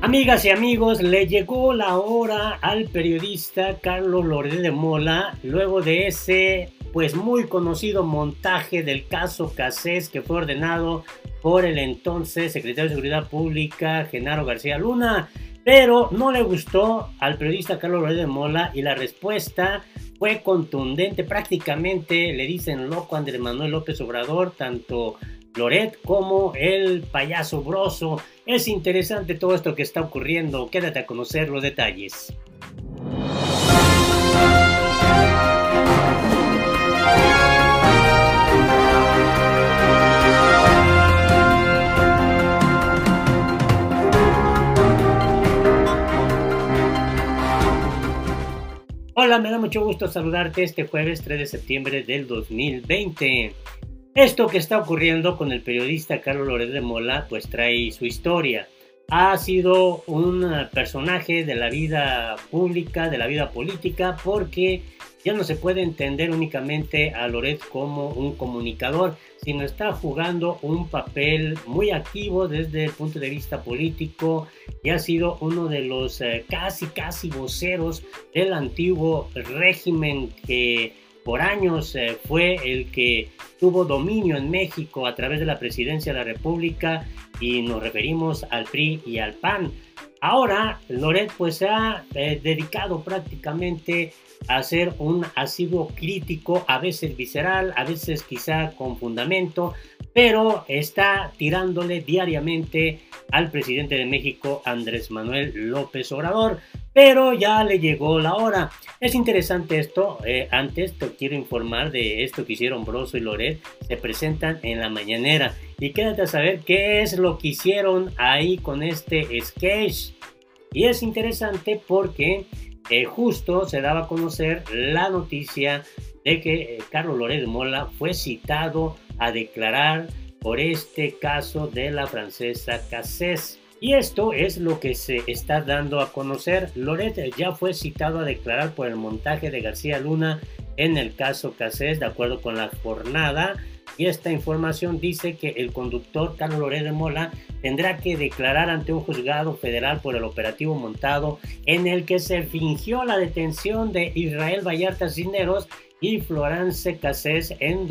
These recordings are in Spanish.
Amigas y amigos, le llegó la hora al periodista Carlos Loret de Mola luego de ese pues muy conocido montaje del caso Cassés que fue ordenado por el entonces secretario de Seguridad Pública Genaro García Luna, pero no le gustó al periodista Carlos Loret de Mola y la respuesta fue contundente. Prácticamente le dicen loco a Andrés Manuel López Obrador, tanto Loret como el payaso Broso. Es interesante todo esto que está ocurriendo. Quédate a conocer los detalles. Hola, me da mucho gusto saludarte este jueves 3 de septiembre del 2020. Esto que está ocurriendo con el periodista Carlos Loret de Mola pues trae su historia. Ha sido un personaje de la vida pública, de la vida política, porque ya no se puede entender únicamente a Loret como un comunicador, sino está jugando un papel muy activo desde el punto de vista político y ha sido uno de los casi voceros del antiguo régimen que por años fue el que tuvo dominio en México a través de la presidencia de la República, y nos referimos al PRI y al PAN. Ahora Loret pues se ha dedicado prácticamente a ser un asiduo crítico, a veces visceral, a veces quizá con fundamento, pero está tirándole diariamente al presidente de México, Andrés Manuel López Obrador. Pero ya le llegó la hora. Es interesante esto. Antes te quiero informar de esto que hicieron Broso y Loret. Se presentan en la mañanera. Y quédate a saber qué es lo que hicieron ahí con este sketch. Y es interesante porque justo se daba a conocer la noticia de que Carlos Loret de Mola fue citado a declarar por este caso de la francesa Cassés. Y esto es lo que se está dando a conocer. Loret ya fue citado a declarar por el montaje de García Luna en el caso Cassés, de acuerdo con La Jornada. Y esta información dice que el conductor Carlos Loret de Mola tendrá que declarar ante un juzgado federal por el operativo montado en el que se fingió la detención de Israel Vallarta Cisneros y Florence Cassés en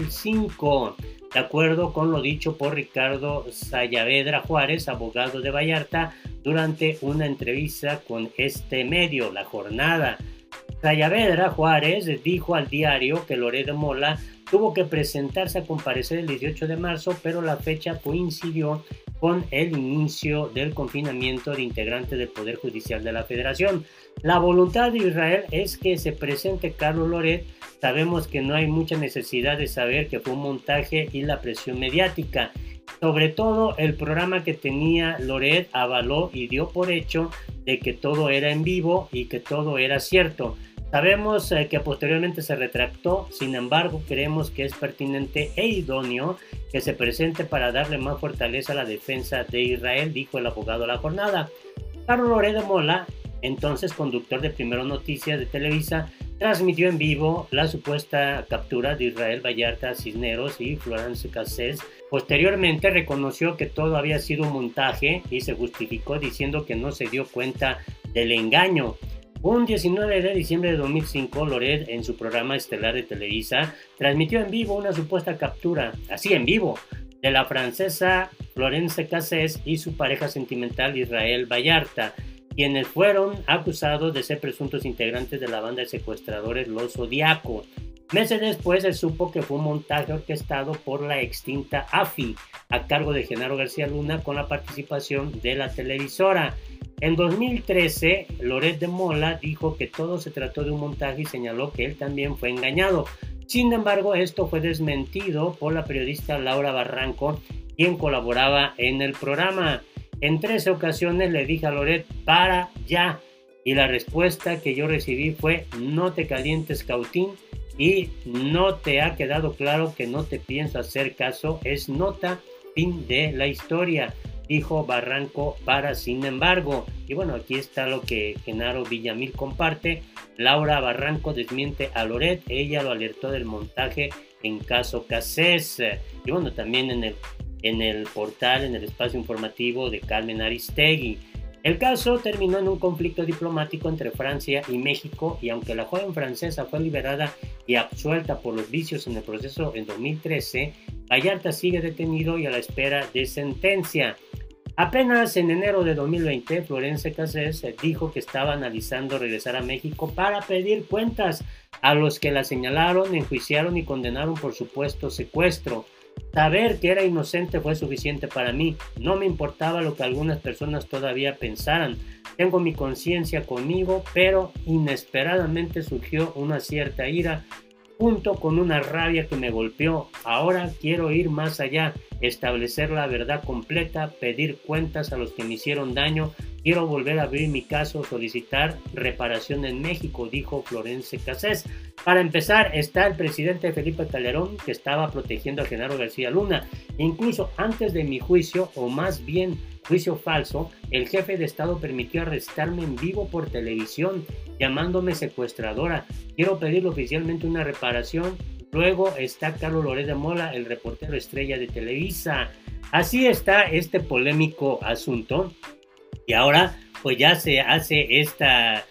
2005. De acuerdo con lo dicho por Ricardo Sayavedra Juárez, abogado de Vallarta, durante una entrevista con este medio, La Jornada. Sayavedra Juárez dijo al diario que Loret de Mola tuvo que presentarse a comparecer el 18 de marzo, pero la fecha coincidió con el inicio del confinamiento de integrantes del Poder Judicial de la Federación. La voluntad de Israel es que se presente Carlos Loret. Sabemos que no hay mucha necesidad de saber que fue un montaje y la presión mediática. Sobre todo el programa que tenía Loret avaló y dio por hecho de que todo era en vivo y que todo era cierto. Sabemos que posteriormente se retractó, sin embargo creemos que es pertinente e idóneo que se presente para darle más fortaleza a la defensa de Israel, dijo el abogado a La Jornada. Carlos Loret de Mola, entonces conductor de Primero Noticias de Televisa, transmitió en vivo la supuesta captura de Israel Vallarta Cisneros y Florence Cassés. Posteriormente reconoció que todo había sido un montaje y se justificó diciendo que no se dio cuenta del engaño. Un 19 de diciembre de 2005, Loret, en su programa estelar de Televisa, transmitió en vivo una supuesta captura, así en vivo, de la francesa Florence Cassés y su pareja sentimental Israel Vallarta, quienes fueron acusados de ser presuntos integrantes de la banda de secuestradores Los Zodiaco. Meses después se supo que fue un montaje orquestado por la extinta AFI, a cargo de Genaro García Luna, con la participación de la televisora. En 2013, Loret de Mola dijo que todo se trató de un montaje y señaló que él también fue engañado. Sin embargo, esto fue desmentido por la periodista Laura Barranco, quien colaboraba en el programa. En 13 ocasiones le dije a Loret, para ya, y la respuesta que yo recibí fue, no te calientes, Cautín, y no te ha quedado claro que no te pienso hacer caso, es nota, fin de la historia, dijo Barranco para Sin Embargo. Y bueno, aquí está lo que Genaro Villamil comparte. Laura Barranco desmiente a Loret, ella lo alertó del montaje en caso Cassés. Y bueno, también en el portal, en el espacio informativo de Carmen Aristegui. El caso terminó en un conflicto diplomático entre Francia y México, y aunque la joven francesa fue liberada y absuelta por los vicios en el proceso en 2013, Vallarta sigue detenido y a la espera de sentencia. Apenas en enero de 2020, Florence Cassés dijo que estaba analizando regresar a México para pedir cuentas a los que la señalaron, enjuiciaron y condenaron por supuesto secuestro. Saber que era inocente fue suficiente para mí. No me importaba lo que algunas personas todavía pensaran. Tengo mi conciencia conmigo, pero inesperadamente surgió una cierta ira junto con una rabia que me golpeó. Ahora quiero ir más allá, establecer la verdad completa, pedir cuentas a los que me hicieron daño. Quiero volver a abrir mi caso, solicitar reparación en México, dijo Florence Cassés. Para empezar, está el presidente Felipe Calderón, que estaba protegiendo a Genaro García Luna. Incluso antes de mi juicio, o más bien juicio falso, el jefe de Estado permitió arrestarme en vivo por televisión, llamándome secuestradora. Quiero pedirle oficialmente una reparación. Luego está Carlos Loret de Mola, el reportero estrella de Televisa. Así está este polémico asunto. Y ahora pues ya se hace esta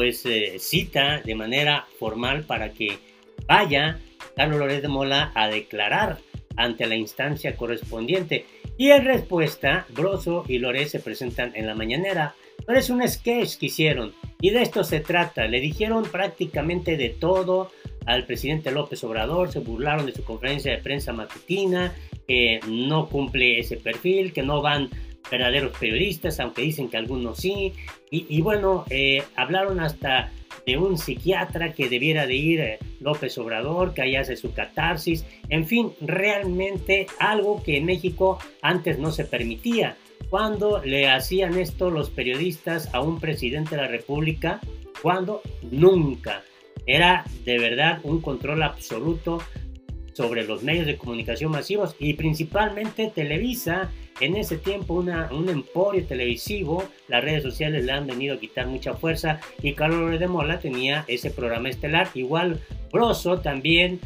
cita de manera formal para que vaya Carlos Loret de Mola a declarar ante la instancia correspondiente. Y en respuesta, Broso y Loret se presentan en la mañanera. Pero es un sketch que hicieron y de esto se trata. Le dijeron prácticamente de todo al presidente López Obrador, se burlaron de su conferencia de prensa matutina, que no cumple ese perfil, que no van verdaderos periodistas, aunque dicen que algunos sí, y bueno, hablaron hasta de un psiquiatra que debiera de ir López Obrador, que ahí hace su catarsis, en fin, realmente algo que en México antes no se permitía. Cuando le hacían esto los periodistas a un presidente de la República, cuando nunca. Era de verdad un control absoluto sobre los medios de comunicación masivos y principalmente Televisa. En ese tiempo un emporio televisivo, las redes sociales le han venido a quitar mucha fuerza y Carlos Loret de Mola tenía ese programa estelar, igual Broso también.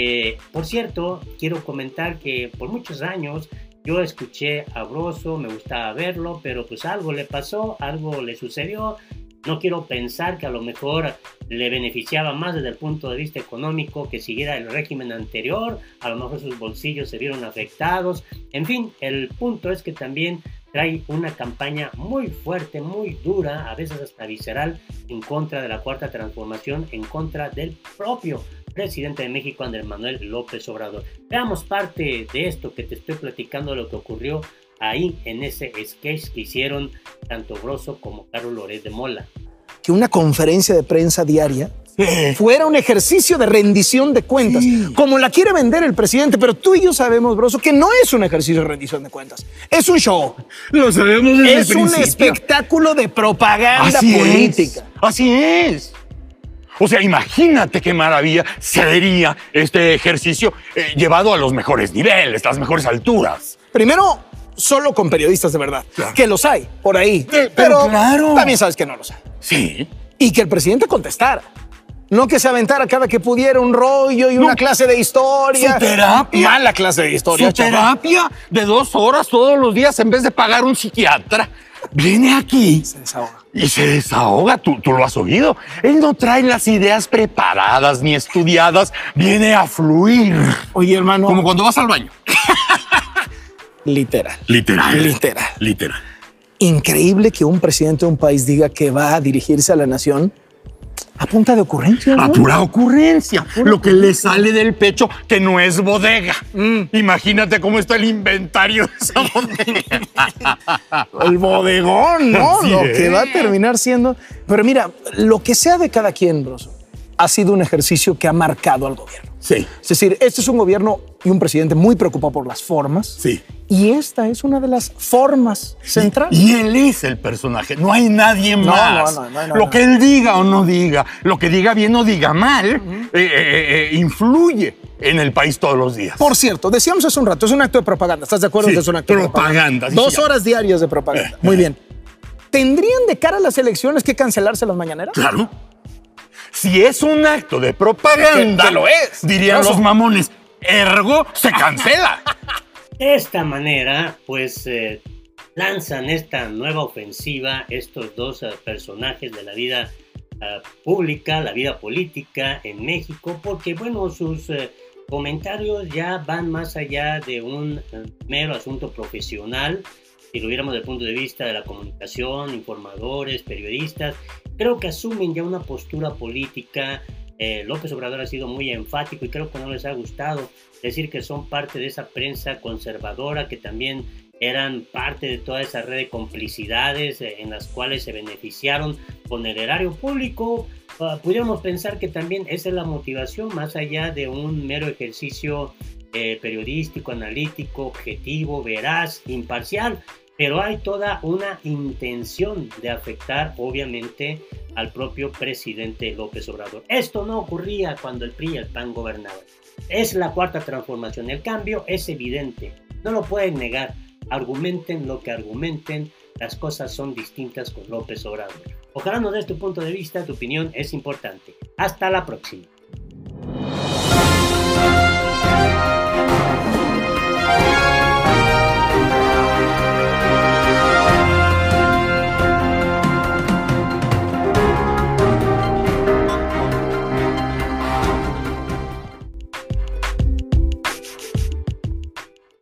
Por cierto, quiero comentar que por muchos años yo escuché a Broso, me gustaba verlo, pero pues algo le pasó, algo le sucedió. No quiero pensar que a lo mejor le beneficiaba más desde el punto de vista económico que siguiera el régimen anterior, a lo mejor sus bolsillos se vieron afectados. En fin, el punto es que también trae una campaña muy fuerte, muy dura, a veces hasta visceral, en contra de la Cuarta Transformación, en contra del propio presidente de México, Andrés Manuel López Obrador. Veamos parte de esto que te estoy platicando, de lo que ocurrió ahí en ese sketch que hicieron tanto Broso como Carlos Loret de Mola. Que una conferencia de prensa diaria fuera un ejercicio de rendición de cuentas, como la quiere vender el presidente, pero tú y yo sabemos, Broso, que no es un ejercicio de rendición de cuentas, es un show. Lo sabemos desde el principio. Es un espectáculo de propaganda política. Así es. O sea, imagínate qué maravilla sería este ejercicio llevado a los mejores niveles, las mejores alturas. Primero, solo con periodistas de verdad, claro, que los hay por ahí, pero claro, también sabes que no los hay. Sí. Y que el presidente contestara. No que se aventara cada que pudiera un rollo y una clase de historia. Su terapia. Mala clase de historia. Su terapia de 2 horas todos los días en vez de pagar un psiquiatra. Viene aquí. Se desahoga. Y se desahoga. Tú lo has oído. Él no trae las ideas preparadas ni estudiadas. Viene a fluir. Oye, hermano. Como cuando vas al baño. Literal. Literal. Literal. Literal. Increíble que un presidente de un país diga que va a dirigirse a la nación a punta de ocurrencia, ¿no? A pura ocurrencia. Lo que le sale del pecho, que no es bodega. Imagínate cómo está el inventario de esa bodega. El bodegón, ¿no? Así lo es. que va a terminar siendo. Pero mira, lo que sea de cada quien, Broso, ha sido un ejercicio que ha marcado al gobierno. Sí. Es decir, este es un gobierno y un presidente muy preocupado por las formas. Sí. Y esta es una de las formas centrales. Y él es el personaje, no hay nadie más. No, lo que él diga o no diga, lo que diga bien o diga mal, influye en el país todos los días. Por cierto, decíamos hace un rato, es un acto de propaganda. ¿Estás de acuerdo Sí, que es un acto de propaganda? sí, 2 horas diarias de propaganda. Muy bien. ¿Tendrían de cara a las elecciones que cancelarse las mañaneras? Claro. Si es un acto de propaganda, que lo es, dirían Broso. los mamones, ergo se cancela. De esta manera, pues lanzan esta nueva ofensiva estos dos personajes de la vida pública, la vida política en México, porque bueno, sus comentarios ya van más allá de un mero asunto profesional. Si lo viéramos desde el punto de vista de la comunicación, informadores, periodistas, creo que asumen ya una postura política. López Obrador ha sido muy enfático y creo que no les ha gustado decir que son parte de esa prensa conservadora, que también eran parte de toda esa red de complicidades en las cuales se beneficiaron con el erario público. Pudiéramos pensar que también esa es la motivación, más allá de un mero ejercicio periodístico, analítico, objetivo, veraz, imparcial, pero hay toda una intención de afectar, obviamente, al propio presidente López Obrador. Esto no ocurría cuando el PRI y el PAN gobernaban. Es la cuarta transformación. El cambio es evidente, no lo pueden negar. Argumenten lo que argumenten, las cosas son distintas con López Obrador. Ojalá nos des tu punto de vista, tu opinión es importante. Hasta la próxima.